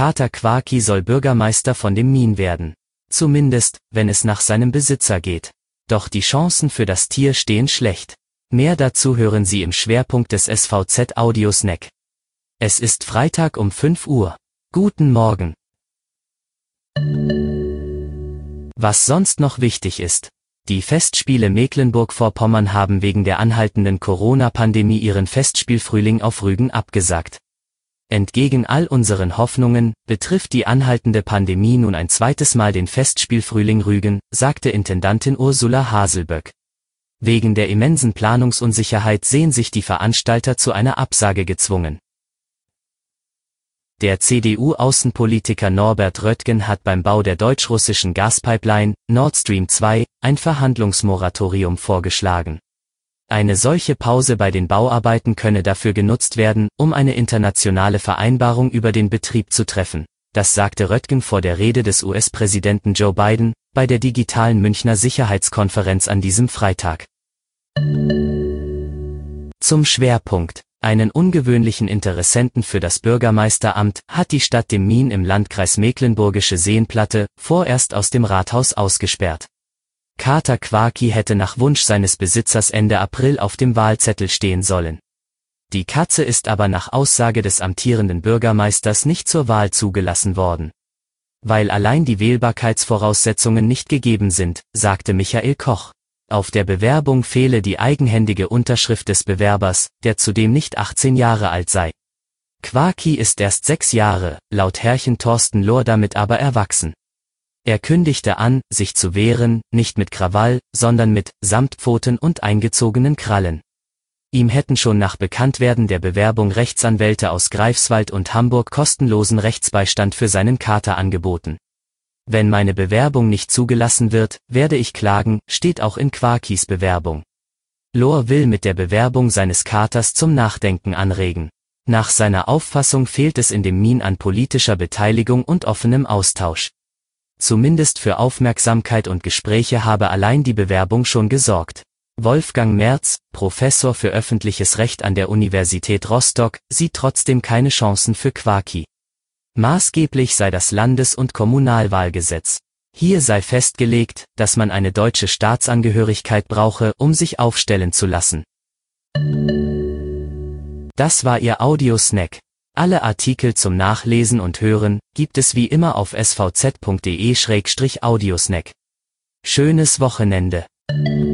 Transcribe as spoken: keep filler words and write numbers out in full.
Kater Quaki soll Bürgermeister von dem Mien werden. Zumindest, wenn es nach seinem Besitzer geht. Doch die Chancen für das Tier stehen schlecht. Mehr dazu hören Sie im Schwerpunkt des S V Z Audio Snack. Es ist Freitag um fünf Uhr. Guten Morgen. Was sonst noch wichtig ist. Die Festspiele Mecklenburg-Vorpommern haben wegen der anhaltenden Corona-Pandemie ihren Festspielfrühling auf Rügen abgesagt. Entgegen all unseren Hoffnungen betrifft die anhaltende Pandemie nun ein zweites Mal den Festspielfrühling Rügen, sagte Intendantin Ursula Haselböck. Wegen der immensen Planungsunsicherheit sehen sich die Veranstalter zu einer Absage gezwungen. Der C D U-Außenpolitiker Norbert Röttgen hat beim Bau der deutsch-russischen Gaspipeline, Nord Stream zwei, ein Verhandlungsmoratorium vorgeschlagen. Eine solche Pause bei den Bauarbeiten könne dafür genutzt werden, um eine internationale Vereinbarung über den Betrieb zu treffen. Das sagte Röttgen vor der Rede des U S-Präsidenten Joe Biden, bei der digitalen Münchner Sicherheitskonferenz an diesem Freitag. Zum Schwerpunkt. Einen ungewöhnlichen Interessenten für das Bürgermeisteramt hat die Stadt dem Mien im Landkreis Mecklenburgische Seenplatte vorerst aus dem Rathaus ausgesperrt. Kater Quaki hätte nach Wunsch seines Besitzers Ende April auf dem Wahlzettel stehen sollen. Die Katze ist aber nach Aussage des amtierenden Bürgermeisters nicht zur Wahl zugelassen worden. Weil allein die Wählbarkeitsvoraussetzungen nicht gegeben sind, sagte Michael Koch. Auf der Bewerbung fehle die eigenhändige Unterschrift des Bewerbers, der zudem nicht achtzehn Jahre alt sei. Quaki ist erst sechs Jahre, laut Herrchen Thorsten Lohr damit aber erwachsen. Er kündigte an, sich zu wehren, nicht mit Krawall, sondern mit Samtpfoten und eingezogenen Krallen. Ihm hätten schon nach Bekanntwerden der Bewerbung Rechtsanwälte aus Greifswald und Hamburg kostenlosen Rechtsbeistand für seinen Kater angeboten. Wenn meine Bewerbung nicht zugelassen wird, werde ich klagen, steht auch in Quakis Bewerbung. Lohr will mit der Bewerbung seines Katers zum Nachdenken anregen. Nach seiner Auffassung fehlt es in dem Mien an politischer Beteiligung und offenem Austausch. Zumindest für Aufmerksamkeit und Gespräche habe allein die Bewerbung schon gesorgt. Wolfgang Merz, Professor für öffentliches Recht an der Universität Rostock, sieht trotzdem keine Chancen für Quaki. Maßgeblich sei das Landes- und Kommunalwahlgesetz. Hier sei festgelegt, dass man eine deutsche Staatsangehörigkeit brauche, um sich aufstellen zu lassen. Das war Ihr Audiosnack. Alle Artikel zum Nachlesen und Hören gibt es wie immer auf s v z punkt de slash audiosnack. Schönes Wochenende.